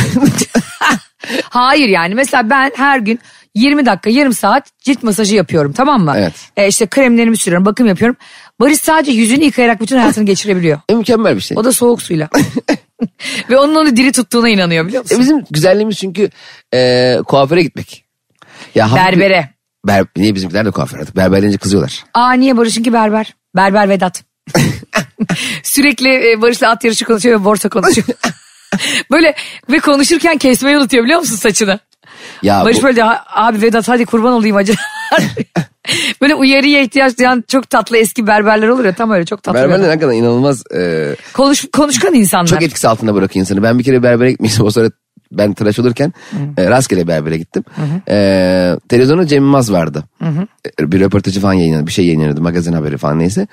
[SPEAKER 3] Hayır yani mesela ben her gün yirmi dakika yarım saat cilt masajı yapıyorum tamam mı?
[SPEAKER 4] Evet.
[SPEAKER 3] E işte kremlerimi sürüyorum bakım yapıyorum. Barış sadece yüzünü yıkayarak bütün hayatını geçirebiliyor.
[SPEAKER 4] E, mükemmel bir şey.
[SPEAKER 3] O da soğuk suyla. Ve onun onu diri tuttuğuna inanıyor biliyor musun?
[SPEAKER 4] E, bizim güzelliğimiz çünkü e, kuaföre gitmek. Ya hafif
[SPEAKER 3] Berbere.
[SPEAKER 4] Ber, niye bizimkiler de kuaför artık? Berber deyince kızıyorlar.
[SPEAKER 3] Aa niye Barış'ınki berber? Berber Vedat. Sürekli Barış'la at yarışı konuşuyor ve borsa konuşuyor. Böyle ve konuşurken kesmeyi unutuyor biliyor musun saçını? Ya Barış bu... böyle abi Vedat hadi kurban olayım acı. Böyle uyarıya ihtiyaç duyan çok tatlı eski berberler olur ya, tam öyle çok tatlı.
[SPEAKER 4] Berberler hakikaten inanılmaz. E...
[SPEAKER 3] Konuş, konuşkan insanlar.
[SPEAKER 4] Çok etkisi altında bırakıyor insanı. Ben bir kere berbere gitmiştim, o sonra ben tıraş olurken e, rastgele berbere gittim. E, televizyonda Cem Yılmaz vardı. Hı hı. E, bir röportajı falan yayınladı, bir şey yayınladı, magazin haberi falan neyse.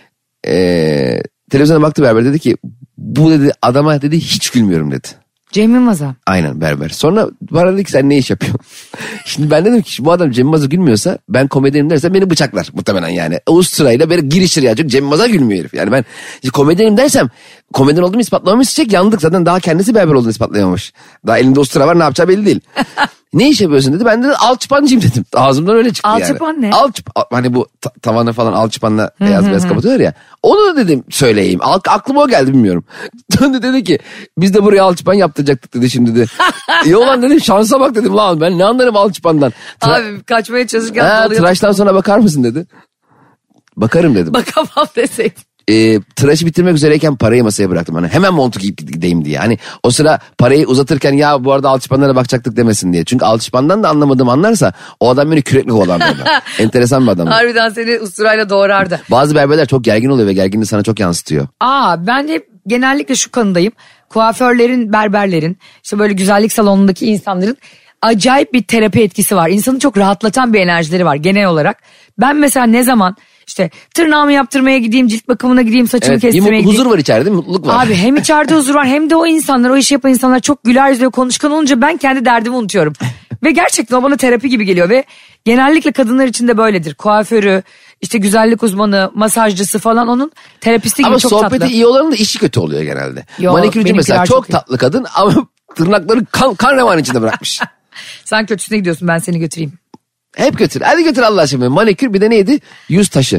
[SPEAKER 4] E, televizyona baktı berber, dedi ki bu dedi adama dedi hiç gülmüyorum dedi.
[SPEAKER 3] Cem Yılmaz'a.
[SPEAKER 4] Aynen berber. Sonra bana dedi ki sen ne iş yapıyorsun? Şimdi ben dedim ki bu adam Cem Yılmaz'a gülmüyorsa ben komedyenim dersen beni bıçaklar muhtemelen yani. Oğuz sırayla böyle girişir ya. Çünkü Cem Yılmaz'a gülmüyor herif. Yani ben komedyenim dersem komedyen olduğumu ispatlamamı isteyecek, yandık zaten, daha kendisi berber olduğunu ispatlayamamış. Daha elinde o sıra var, ne yapacağı belli değil. Ne iş yapıyorsun dedi. Ben de alçıpancıyım dedim. Ağzımdan öyle çıktı
[SPEAKER 3] alçıpan
[SPEAKER 4] yani.
[SPEAKER 3] Alçıpan ne?
[SPEAKER 4] Alçıp, hani bu ta- tavanı falan alçıpanla beyaz beyaz kapatıyorlar ya. Onu da dedim söyleyeyim. Al, aklıma o geldi, bilmiyorum. Sonra dedi ki biz de buraya alçıpan yaptıracaktık dedi şimdi dedi. İyi olan dedim, şansa bak dedim, lan ben ne anlarım alçıpandan. Tra-
[SPEAKER 3] Abi kaçmaya çalışırken
[SPEAKER 4] ha, tıraştan sonra bakar mısın dedi. Bakarım dedim.
[SPEAKER 3] Bakamam deseydin.
[SPEAKER 4] E, tıraşı bitirmek üzereyken parayı masaya bıraktım. Hani hemen montu giyip gideyim diye. Hani o sıra parayı uzatırken ya bu arada alçıpanlara bakacaktık demesin diye. Çünkü alçıpandan da anlamadığımı anlarsa o adam beni kürekle kovalar. Enteresan bir adam.
[SPEAKER 3] Harbiden seni usturayla doğrardı.
[SPEAKER 4] Bazı berberler çok gergin oluyor ve gerginliği sana çok yansıtıyor.
[SPEAKER 3] Aa ben de genellikle şu kanıdayım. Kuaförlerin, berberlerin, işte böyle güzellik salonundaki insanların acayip bir terapi etkisi var. İnsanı çok rahatlatan bir enerjileri var genel olarak. Ben mesela ne zaman işte tırnağımı yaptırmaya gideyim, cilt bakımına gideyim, saçımı
[SPEAKER 4] evet,
[SPEAKER 3] kestirmeye gideyim.
[SPEAKER 4] Huzur var içeride, mutluluk var.
[SPEAKER 3] Abi hem içeride huzur var hem de o insanlar, o işi yapan insanlar çok güler yüzlü, konuşkan olunca ben kendi derdimi unutuyorum. Ve gerçekten o bana terapi gibi geliyor ve genellikle kadınlar için de böyledir. Kuaförü, işte güzellik uzmanı, masajcısı falan onun terapisti gibi
[SPEAKER 4] ama
[SPEAKER 3] çok tatlı.
[SPEAKER 4] Ama sohbeti iyi olanın da işi kötü oluyor genelde.
[SPEAKER 3] Yo,
[SPEAKER 4] manikürcü mesela çok,
[SPEAKER 3] çok
[SPEAKER 4] tatlı kadın ama tırnakları kan, kan revan içinde bırakmış.
[SPEAKER 3] Sen kötüsüne gidiyorsun, ben seni götüreyim.
[SPEAKER 4] Hep götür. Hadi götür Allah aşkına. Manikür bir de neydi? Yüz taşı.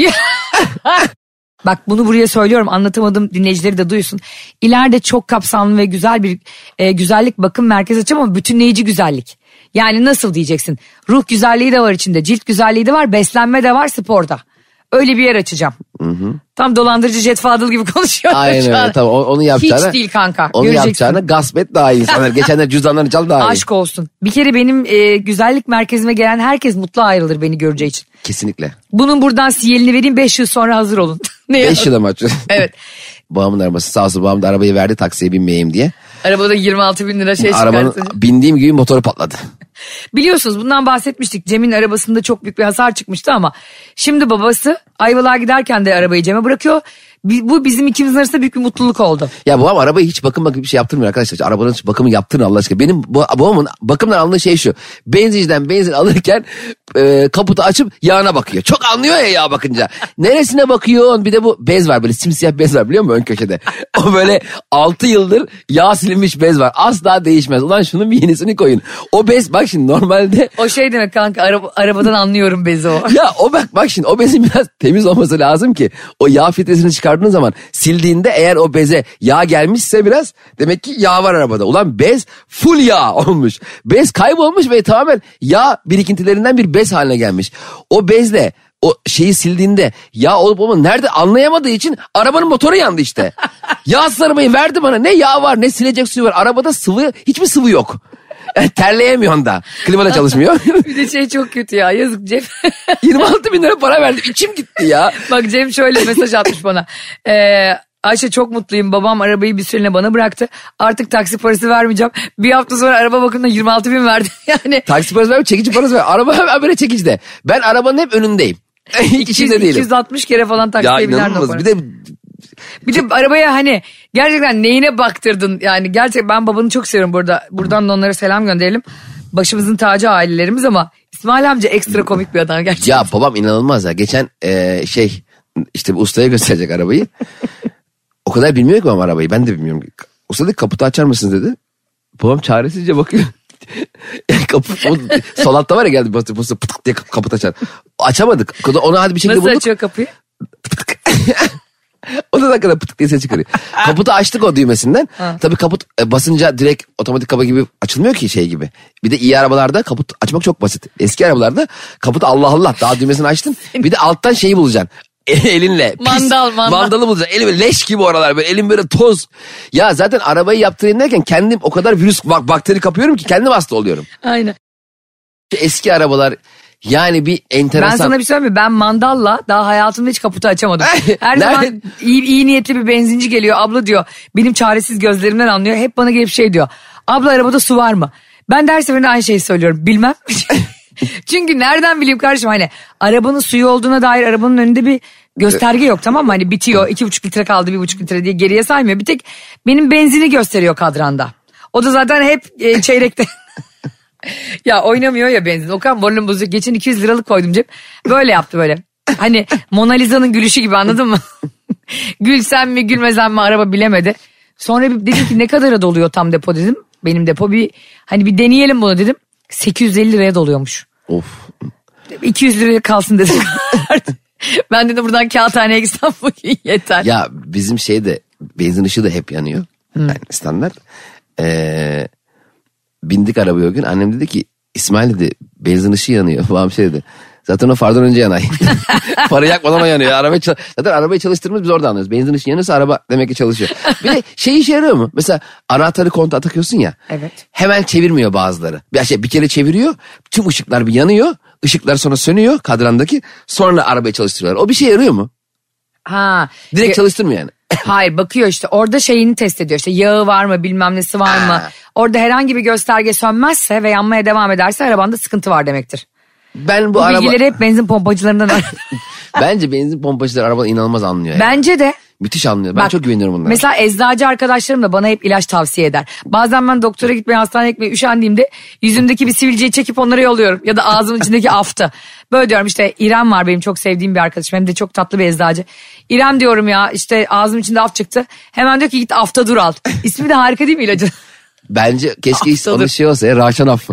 [SPEAKER 3] Bak bunu buraya söylüyorum, anlatamadım, dinleyicileri de duysun. İleride çok kapsamlı ve güzel bir e, güzellik bakım merkezi açacağım ama bütünleyici güzellik. Yani nasıl diyeceksin? Ruh güzelliği de var içinde, cilt güzelliği de var, beslenme de var, sporda. Öyle bir yer açacağım. Hı hı. Tam dolandırıcı Jet Fadıl gibi konuşuyor.
[SPEAKER 4] Aynen öyle, tamam, onu yapacağına.
[SPEAKER 3] Hiç değil kanka.
[SPEAKER 4] Onu yapacağına gasp et daha iyi. İnsanlar geçenler cüzdanlarını çal daha iyi.
[SPEAKER 3] Aşk olsun. Bir kere benim e, güzellik merkezime gelen herkes mutlu ayrılır beni göreceği için.
[SPEAKER 4] Kesinlikle.
[SPEAKER 3] Bunun buradan sinyalini vereyim, beş yıl sonra hazır olun.
[SPEAKER 4] beş yıla mı açıyorsun?
[SPEAKER 3] Evet.
[SPEAKER 4] Babamın arabası sağ olsun, babam da arabayı verdi taksiye binmeyeyim diye.
[SPEAKER 3] Arabada yirmi altı bin lira şey çıkarttı.
[SPEAKER 4] Arabanın bindiğim gibi motoru patladı.
[SPEAKER 3] Biliyorsunuz bundan bahsetmiştik. Cem'in arabasında çok büyük bir hasar çıkmıştı ama şimdi babası Ayvalık'a giderken de arabayı Cem'e bırakıyor. Bu bizim ikimizin arasında büyük bir mutluluk oldu.
[SPEAKER 4] Ya babam arabayı hiç bakım bakım bir şey yaptırmıyor arkadaşlar. Arabanın bakımı yaptırın Allah aşkına. Benim babamın bakımdan aldığı şey şu. Benzinciden benzin alırken e, kaputu açıp yağına bakıyor. Çok anlıyor ya yağ bakınca. Neresine bakıyorsun? Bir de bu bez var, böyle simsiyah bez var biliyor musun ön köşede? O böyle altı yıldır yağ silinmiş bez var. Asla değişmez. Ulan şunun bir yenisini koyun. O bez bak şimdi normalde.
[SPEAKER 3] O şey demek kanka, araba, arabadan anlıyorum bezi o.
[SPEAKER 4] Ya o bak bak şimdi o bezin biraz temiz olması lazım ki o yağ filtresini çıkardığın zaman sildiğinde eğer o beze yağ gelmişse biraz demek ki yağ var arabada. Ulan bez full yağ olmuş. Bez kaybolmuş ve tamamen yağ birikintilerinden bir bez haline gelmiş. O bezle o şeyi sildiğinde yağ olup olmadığını nerede anlayamadığı için arabanın motoru yandı işte. Yağsız arabayı verdi bana, ne yağ var ne silecek suyu var. Arabada sıvı, hiçbir sıvı yok. Yani terleyemiyorsun da. Klima da çalışmıyor.
[SPEAKER 3] Bir de şey çok kötü ya, yazık Cem.
[SPEAKER 4] yirmi altı bin lira para verdim, içim gitti ya.
[SPEAKER 3] Bak Cem şöyle mesaj atmış bana. Ee, Ayşe çok mutluyum, babam arabayı bir süreliğine bana bıraktı. Artık taksi parası vermeyeceğim. Bir hafta sonra araba bakımına yirmi altı bin verdi. Yani.
[SPEAKER 4] Taksi parası vermiyor, çekici parası ver. Araba hemen böyle çekici de. Ben arabanın hep önündeyim. Hiç içinde değilim.
[SPEAKER 3] iki yüz altmış kere falan taksiye
[SPEAKER 4] ya
[SPEAKER 3] biner.
[SPEAKER 4] Bir de
[SPEAKER 3] Bir de arabaya hani gerçekten neyine baktırdın yani, gerçekten ben babanı çok seviyorum burada. Buradan da onlara selam gönderelim. Başımızın tacı ailelerimiz ama İsmail amca ekstra komik bir adam gerçekten.
[SPEAKER 4] Ya babam inanılmaz ya. Geçen e, şey işte bir ustaya gösterecek arabayı. O kadar bilmiyor ki babam arabayı, ben de bilmiyorum. Usta dedi kaputu açar mısınız dedi. Babam çaresizce bakıyor. Kapı, sol altta var ya, geldi pıtık pıtık diye kaput açar. Açamadık. Onu hadi bir şekilde
[SPEAKER 3] Nasıl
[SPEAKER 4] bulduk.
[SPEAKER 3] Nasıl açıyor kapıyı?
[SPEAKER 4] otuz dakikada pıtık diye ses çıkarıyor. Kaputu açtık o düğmesinden. Tabii kaput e, basınca direkt otomatik kapa gibi açılmıyor ki şey gibi. Bir de iyi arabalarda kaput açmak çok basit. Eski arabalarda kaputu Allah Allah daha düğmesini açtın. Bir de alttan şeyi bulacaksın. Elinle. Pis,
[SPEAKER 3] mandal mandal. Mandalı
[SPEAKER 4] bulacaksın. Elim leş gibi oralar böyle. Elim böyle toz. Ya zaten arabayı yaptırayım derken kendim o kadar virüs bak, bakteri kapıyorum ki kendim hasta oluyorum.
[SPEAKER 3] Aynen.
[SPEAKER 4] Eski arabalar yani bir enteresan.
[SPEAKER 3] Ben sana bir şey söyleyeyim mi? Ben mandalla daha hayatımda hiç kaputu açamadım. Her zaman iyi, iyi niyetli bir benzinci geliyor. Abla diyor benim çaresiz gözlerimden anlıyor. Hep bana gelip şey diyor. Abla arabada su var mı? Ben de her seferinde aynı şeyi söylüyorum. Bilmem. Çünkü nereden bileyim kardeşim hani arabanın suyu olduğuna dair arabanın önünde bir gösterge yok tamam mı? Hani bitiyor iki buçuk litre kaldı bir buçuk litre diye geriye saymıyor. Bir tek benim benzini gösteriyor kadranda. O da zaten hep e, çeyrekte. Ya oynamıyor ya benzin. Okan moralim bozuyor. Geçen iki yüz liralık koydum cep. Böyle yaptı böyle. Hani Mona Lisa'nın gülüşü gibi anladın mı? Gülsem mi gülmesem mi araba bilemedi. Sonra bir dedim ki ne kadara doluyor tam depo dedim. Benim depo bir hani bir deneyelim bunu dedim. sekiz yüz elli liraya doluyormuş.
[SPEAKER 4] Of.
[SPEAKER 3] iki yüz liraya kalsın dedim. Ben dedim buradan kağıthaneye gitsem bugün yeter.
[SPEAKER 4] Ya bizim şeyde benzin ışığı da hep yanıyor. Hmm. Yani standart. Eee... Bindik arabaya o gün. Annem dedi ki İsmail dedi benzin ışığı yanıyor. Babam şey dedi. Zaten o fardan önce yanay. Farı yakmadan o yanıyor. Arabayı çal- Zaten arabayı çalıştırmamız biz orada anlıyoruz. Benzin ışığı yanıyorsa araba demek ki çalışıyor. Bir de şey işe yarıyor mu? Mesela anahtarı kontağa takıyorsun ya.
[SPEAKER 3] Evet.
[SPEAKER 4] Hemen çevirmiyor bazıları. Bir, şey, bir kere çeviriyor. Tüm ışıklar bir yanıyor. Işıklar sonra sönüyor kadrandaki. Sonra arabayı çalıştırıyorlar. O bir şey yarıyor mu?
[SPEAKER 3] Ha.
[SPEAKER 4] Direkt çalıştırmıyor yani.
[SPEAKER 3] Hayır bakıyor işte orada şeyini test ediyor işte yağı var mı bilmem nesi var mı. Orada herhangi bir gösterge sönmezse ve yanmaya devam ederse arabanda sıkıntı var demektir.
[SPEAKER 4] Ben bu,
[SPEAKER 3] bu
[SPEAKER 4] araba...
[SPEAKER 3] bilgileri hep benzin pompacılarından öğrendim.
[SPEAKER 4] Bence benzin pompacılar arabadan inanılmaz anlıyor. Yani.
[SPEAKER 3] Bence de.
[SPEAKER 4] Müthiş anlıyor. Ben Bak, çok güveniyorum bunlara.
[SPEAKER 3] Mesela eczacı arkadaşlarım da bana hep ilaç tavsiye eder. Bazen ben doktora gitmeye, hastaneye gitmeye üşendiğimde yüzümdeki bir sivilceyi çekip onlara yolluyorum. Ya da ağzımın içindeki aftı. Böyle diyorum işte İrem var benim çok sevdiğim bir arkadaşım. Hem de çok tatlı bir eczacı. İrem diyorum ya işte ağzımın içinde af çıktı. Hemen diyor ki git afta dur al. İsmi de harika değil mi ilacın?
[SPEAKER 4] Bence keşke onun şey olsa ya Raşan affı.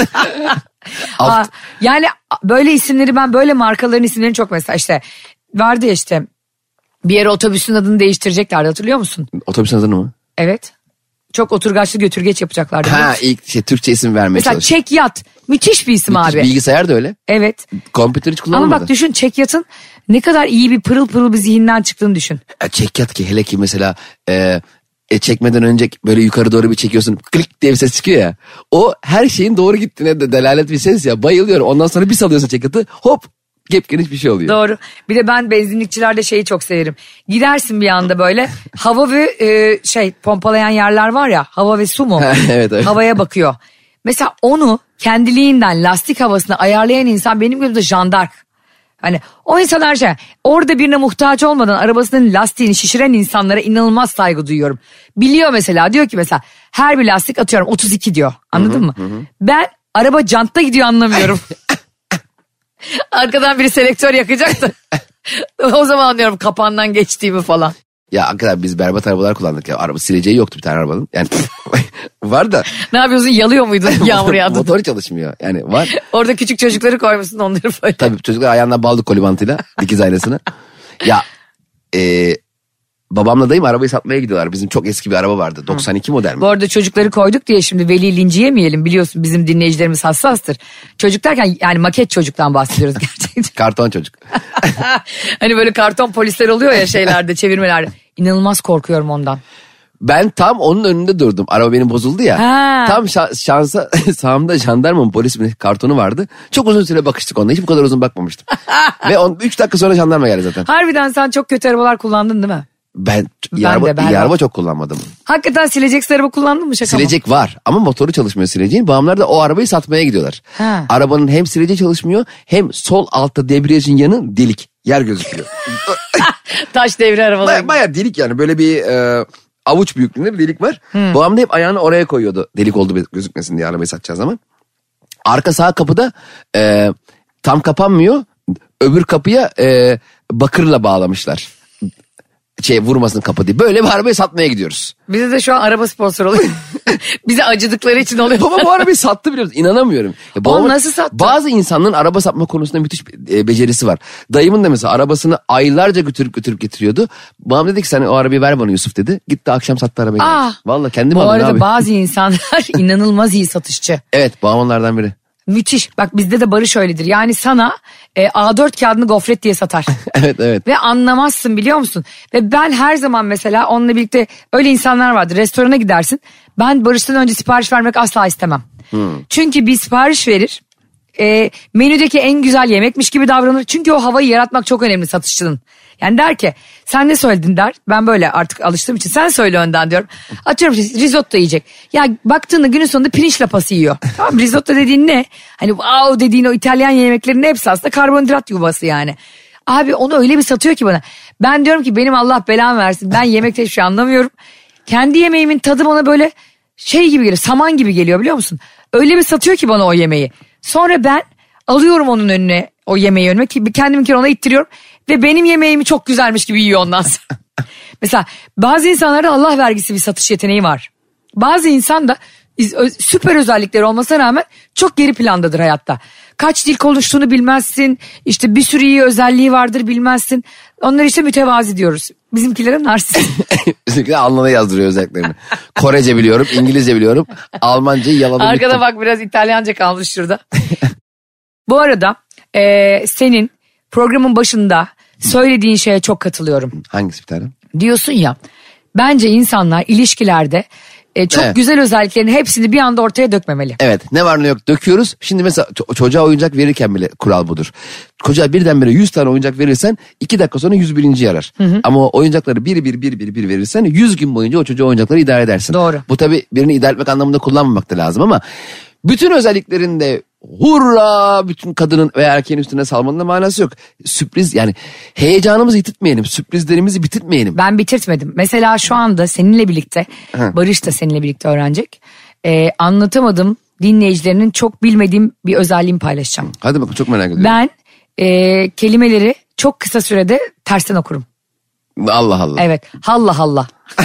[SPEAKER 3] Aa, yani böyle isimleri ben böyle markaların isimlerini çok mesela işte vardı ya işte bir yere otobüsün adını değiştireceklerdi hatırlıyor musun?
[SPEAKER 4] Otobüsün adını mı?
[SPEAKER 3] Evet. Çok oturgaçlı götürgeç yapacaklardı.
[SPEAKER 4] Ha ilk şey Türkçe isim vermeye
[SPEAKER 3] mesela
[SPEAKER 4] çalışıyor.
[SPEAKER 3] Mesela Çekyat müthiş bir isim müthiş, abi.
[SPEAKER 4] Bilgisayar da öyle.
[SPEAKER 3] Evet.
[SPEAKER 4] Kompütür hiç kullanılmadı.
[SPEAKER 3] Ama bak düşün Çekyat'ın ne kadar iyi bir pırıl pırıl bir zihinden çıktığını düşün.
[SPEAKER 4] E, Çekyat ki hele ki mesela e, e, çekmeden önce böyle yukarı doğru bir çekiyorsun klik diye bir ses çıkıyor ya. O her şeyin doğru gittiğine de delalet bir ses ya bayılıyorum. Ondan sonra bir salıyorsun Çekyat'ı hop gepgeniş bir şey oluyor.
[SPEAKER 3] Doğru. Bir de ben benzinlikçilerde şeyi çok severim. Gidersin bir anda böyle hava ve e, şey pompalayan yerler var ya hava ve su mu?
[SPEAKER 4] Evet, evet.
[SPEAKER 3] Havaya bakıyor. Mesela onu kendiliğinden lastik havasını ayarlayan insan benim gözümde jandark. Hani o insanlar şey orada birine muhtaç olmadan arabasının lastiğini şişiren insanlara inanılmaz saygı duyuyorum. Biliyor mesela diyor ki mesela her bir lastik atıyorum otuz iki diyor anladın hı hı, mı? Hı. Ben araba jantta gidiyor anlamıyorum. Arkadan biri selektör yakacaktı. O zaman anlıyorum kapağından geçtiğimi falan.
[SPEAKER 4] Ya hakikaten biz berbat arabalar kullandık ya. Araba sileceği yoktu bir tane arabanın. Yani var da.
[SPEAKER 3] Ne yapıyorsun yalıyor muydun yağmur yağdı?
[SPEAKER 4] Motoru çalışmıyor yani var.
[SPEAKER 3] Orada küçük çocukları koymuşsun onları böyle.
[SPEAKER 4] Tabii çocuklar ayağından bağladık kolibantıyla dikiz aynasını. Ya e, babamla dayım arabayı satmaya gidiyorlar. Bizim çok eski bir araba vardı. doksan iki model mi?
[SPEAKER 3] Bu arada çocukları koyduk diye şimdi veli linci yemeyelim. Biliyorsun bizim dinleyicilerimiz hassastır. Çocuk derken yani maket çocuktan bahsediyoruz gerçekten.
[SPEAKER 4] Karton çocuk.
[SPEAKER 3] Hani böyle karton polisler oluyor ya şeylerde çevirmelerde. İnanılmaz korkuyorum ondan.
[SPEAKER 4] Ben tam onun önünde durdum. Araba benim bozuldu ya.
[SPEAKER 3] Ha.
[SPEAKER 4] Tam şa- şansa sağımda jandarmanın polis mi kartonu vardı. Çok uzun süre bakıştık onunla. Hiç bu kadar uzun bakmamıştım. Ve üç dakika sonra jandarma geldi zaten.
[SPEAKER 3] Harbiden sen çok kötü arabalar kullandın değil mi?
[SPEAKER 4] Ben,
[SPEAKER 3] Ben
[SPEAKER 4] iyi, araba,
[SPEAKER 3] de, ben
[SPEAKER 4] iyi
[SPEAKER 3] de.
[SPEAKER 4] araba çok kullanmadım.
[SPEAKER 3] Hakikaten silecek araba kullandın mı şaka
[SPEAKER 4] Silecek
[SPEAKER 3] mı?
[SPEAKER 4] var ama motoru çalışmıyor sileceğin. Babamlar da o arabayı satmaya gidiyorlar.
[SPEAKER 3] Ha.
[SPEAKER 4] Arabanın hem sileceği çalışmıyor hem sol altta debriyajın yanı delik. Yer gözüküyor.
[SPEAKER 3] Taş devri arabaları.
[SPEAKER 4] Baya, baya delik yani böyle bir e, avuç büyüklüğünde bir delik var. Hmm. Babam da hep ayağını oraya koyuyordu. Delik oldu gözükmesin diye arabayı satacağı zaman. Arka sağ kapıda e, tam kapanmıyor. Öbür kapıya e, bakırla bağlamışlar. Şey vurmasın kapı diye. Böyle bir arabayı satmaya gidiyoruz.
[SPEAKER 3] Bize de şu an araba sponsor oluyor. Bize acıdıkları için oluyor.
[SPEAKER 4] Baba bu arabayı sattı biliyoruz. İnanamıyorum. Ya,
[SPEAKER 3] Oğlum
[SPEAKER 4] babamın-
[SPEAKER 3] nasıl sattı?
[SPEAKER 4] Bazı insanların araba satma konusunda müthiş e, becerisi var. Dayımın da mesela arabasını aylarca götürüp götürüp getiriyordu. Babam dedi ki sen o arabayı ver bana Yusuf dedi. Gitti akşam sattı arabayı.
[SPEAKER 3] Aa,
[SPEAKER 4] Vallahi kendim
[SPEAKER 3] Bu
[SPEAKER 4] aldım
[SPEAKER 3] arada
[SPEAKER 4] abi.
[SPEAKER 3] bazı insanlar inanılmaz iyi satışçı.
[SPEAKER 4] Evet babam onlardan biri.
[SPEAKER 3] Müthiş. Bak bizde de Barış öyledir. Yani sana e, A dört kağıdını gofret diye satar.
[SPEAKER 4] Evet evet.
[SPEAKER 3] Ve anlamazsın biliyor musun? Ve ben her zaman mesela onunla birlikte öyle insanlar vardır. Restorana gidersin. Ben Barış'tan önce sipariş vermek asla istemem.
[SPEAKER 4] Hmm.
[SPEAKER 3] Çünkü bir sipariş verir. E, menüdeki en güzel yemekmiş gibi davranır. Çünkü o havayı yaratmak çok önemli satışçının. Yani der ki sen ne söyledin der. Ben böyle artık alıştığım için sen söyle önden diyorum. Atıyorum risotto yiyecek. Ya baktığında günün sonunda pirinç lapası yiyor. Tamam risotto dediğin ne? Hani wow dediğin o İtalyan yemeklerinin hepsi aslında karbonhidrat yuvası yani. Abi onu öyle bir satıyor ki bana. Ben diyorum ki benim Allah belamı versin. Ben yemekte hiçbir şey anlamıyorum. Kendi yemeğimin tadı bana böyle şey gibi geliyor. Saman gibi geliyor biliyor musun? Öyle bir satıyor ki bana o yemeği. Sonra ben alıyorum onun önüne o yemeği önüme ki kendiminkini ona ittiriyorum. Ve benim yemeğimi çok güzelmiş gibi yiyor ondan sonra. Mesela bazı insanlarda Allah vergisi bir satış yeteneği var. Bazı insan da süper özellikleri olmasına rağmen çok geri plandadır hayatta. Kaç dil konuştuğunu bilmezsin. İşte bir sürü iyi özelliği vardır bilmezsin. Onları işte mütevazi diyoruz. Bizimkilere narsist.
[SPEAKER 4] Bizimkiler alnına yazdırıyor özelliklerini. Korece biliyorum, İngilizce biliyorum. Almancayı yaladım.
[SPEAKER 3] Arkada
[SPEAKER 4] bittim.
[SPEAKER 3] bak biraz İtalyanca kalmış şurada. Bu arada e, senin programın başında söylediğin şeye çok katılıyorum.
[SPEAKER 4] Hangisi bir tane?
[SPEAKER 3] Diyorsun ya bence insanlar ilişkilerde e, çok
[SPEAKER 4] Evet.
[SPEAKER 3] güzel özelliklerini hepsini bir anda ortaya dökmemeli.
[SPEAKER 4] Evet ne var ne yok döküyoruz. Şimdi mesela ço- çocuğa oyuncak verirken bile kural budur. Çocuğa birdenbire yüz tane oyuncak verirsen iki dakika sonra yüz birinci yarar. Hı hı. Ama o oyuncakları bir bir bir bir bir verirsen yüz gün boyunca o çocuğa oyuncakları idare edersin.
[SPEAKER 3] Doğru.
[SPEAKER 4] Bu tabii birini idare etmek anlamında kullanmamak da lazım ama bütün özelliklerinde hurra bütün kadının veya erkeğin üstüne salmanın da manası yok. Sürpriz yani heyecanımızı yitirtmeyelim, sürprizlerimizi bitirtmeyelim.
[SPEAKER 3] Ben bitirtmedim. Mesela şu anda seninle birlikte
[SPEAKER 4] Hı.
[SPEAKER 3] Barış da seninle birlikte öğrenecek. E, anlatamadım dinleyicilerinin çok bilmediğim bir özelliğimi paylaşacağım.
[SPEAKER 4] Hadi bakın çok merak ediyorum.
[SPEAKER 3] Ben e, kelimeleri çok kısa sürede tersten okurum.
[SPEAKER 4] Allah Allah.
[SPEAKER 3] Evet halla halla.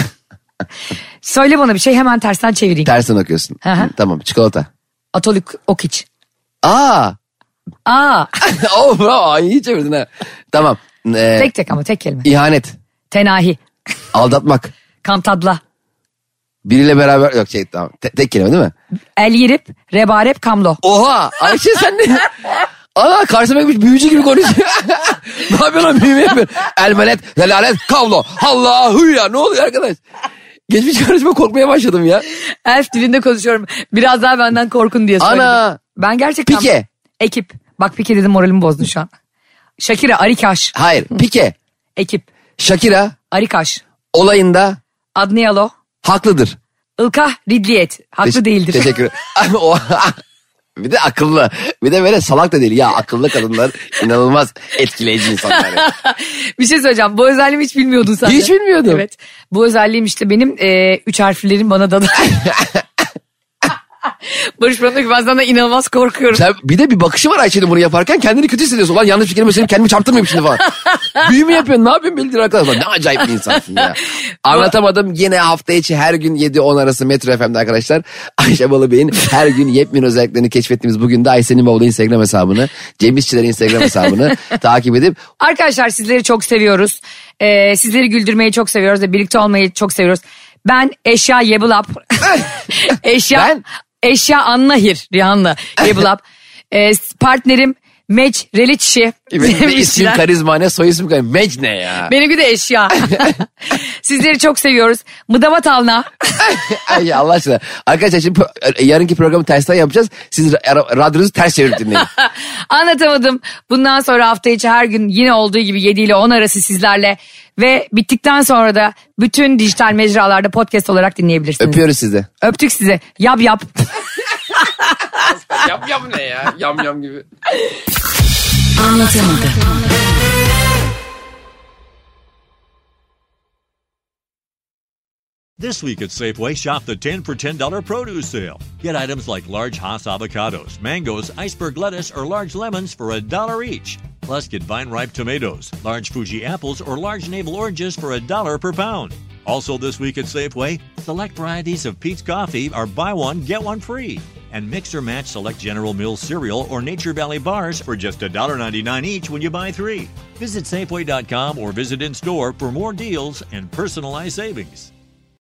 [SPEAKER 3] Söyle bana bir şey hemen tersten çevireyim.
[SPEAKER 4] Tersten okuyorsun.
[SPEAKER 3] Hı hı.
[SPEAKER 4] Tamam çikolata.
[SPEAKER 3] Atolik Okiç.
[SPEAKER 4] Aa.
[SPEAKER 3] Aa.
[SPEAKER 4] Oh bravo iyi çevirdin ha. Tamam. Ee,
[SPEAKER 3] Tek tek ama tek kelime.
[SPEAKER 4] İhanet.
[SPEAKER 3] Tenahi.
[SPEAKER 4] Aldatmak.
[SPEAKER 3] Kantadla.
[SPEAKER 4] Biriyle beraber yok şey tamam. Te- tek kelime değil mi?
[SPEAKER 3] El yirip. Rebarep kamlo.
[SPEAKER 4] Oha Ayşe sen ne? Ana karşıma gitmiş büyücü gibi konuşuyor. Ne yapıyorsun lan büyüme yapıyorsun? Elmelet, zelalet, kavlo. Allahu ya ne oluyor arkadaş? Geçmiş karışma korkmaya başladım ya.
[SPEAKER 3] Elf dilinde konuşuyorum. Biraz daha benden korkun diye söyledim.
[SPEAKER 4] Ana.
[SPEAKER 3] Ben gerçekten...
[SPEAKER 4] Pike.
[SPEAKER 3] Ekip. Bak Pike dedim moralimi bozdun şu an. Shakira Arikaş.
[SPEAKER 4] Hayır Pike.
[SPEAKER 3] Ekip.
[SPEAKER 4] Shakira
[SPEAKER 3] Arikaş.
[SPEAKER 4] olayında
[SPEAKER 3] Adniyalo.
[SPEAKER 4] haklıdır.
[SPEAKER 3] Ilkah Ridliyet. Haklı
[SPEAKER 4] Teş-
[SPEAKER 3] değildir.
[SPEAKER 4] Teşekkür O- Bir de akıllı. Bir de böyle salak da değil. Ya akıllı kadınlar inanılmaz etkileyici insanlar. Yani.
[SPEAKER 3] Bir şey söyleyeceğim. Bu özelliğimi hiç bilmiyordun sen de.
[SPEAKER 4] Hiç bilmiyordum.
[SPEAKER 3] Evet. Bu özelliğim işte benim e, üç harflerin bana da... Barış bana diyor ki ben senden inanılmaz korkuyorum.
[SPEAKER 4] Sen, bir de bir bakışı var Ayşe'nin bunu yaparken kendini kötü hissediyorsun. Ulan yanlış bir kelime söyleyeyim kendimi çarptırmayayım şimdi falan. Büyü mü yapıyorsun ne yapıyorsun bildir arkadaşlar. Ne acayip bir insansın ya. Anlatamadım yine hafta içi her gün yedi on arası Metro F M'de arkadaşlar. Ayşe Balıbey'in her gün yepyeni özelliklerini keşfettiğimiz bugün de Ayşe'nin bavulu Instagram hesabını, Cem İşçilerin Instagram hesabını takip edip.
[SPEAKER 3] Arkadaşlar sizleri çok seviyoruz. Ee, sizleri güldürmeyi çok seviyoruz ve birlikte olmayı çok seviyoruz. Ben Eşya Yebulap. Eşya
[SPEAKER 4] Ben?
[SPEAKER 3] Eşya Annahir Rihanna Yebulap. ee, partnerim Meç Reliçi.
[SPEAKER 4] Benim de isim karizma ne soy isim karizma. Mec ne ya?
[SPEAKER 3] Benimki de Eşya. Sizleri çok seviyoruz. Mıdavat alna.
[SPEAKER 4] Ay Allah aşkına. Arkadaşlar şimdi pro- yarınki programı tersten yapacağız. Siz ra- radyonuzu ters çevirip dinleyin.
[SPEAKER 3] Anlatamadım. Bundan sonra hafta içi her gün yine olduğu gibi yedi ile on arası sizlerle. Ve bittikten sonra da bütün dijital mecralarda podcast olarak dinleyebilirsiniz.
[SPEAKER 4] Öpüyoruz sizi.
[SPEAKER 3] Öptük size. Yap yap.
[SPEAKER 4] Yam yam ne ya? Yam yam gibi.
[SPEAKER 3] Anlatamadım.
[SPEAKER 1] This week at Safeway, shop the ten for ten dollars produce sale. Get items like large Hass avocados, mangoes, iceberg lettuce, or large lemons for a dollar each. Plus, get vine-ripe tomatoes, large Fuji apples, or large navel oranges for a dollar per pound. Also this week at Safeway, select varieties of Pete's Coffee are buy one, get one free. And mix or match select General Mills cereal or Nature Valley bars for just one dollar ninety-nine each when you buy three. Visit Safeway dot com or visit in store for more deals and personalized savings.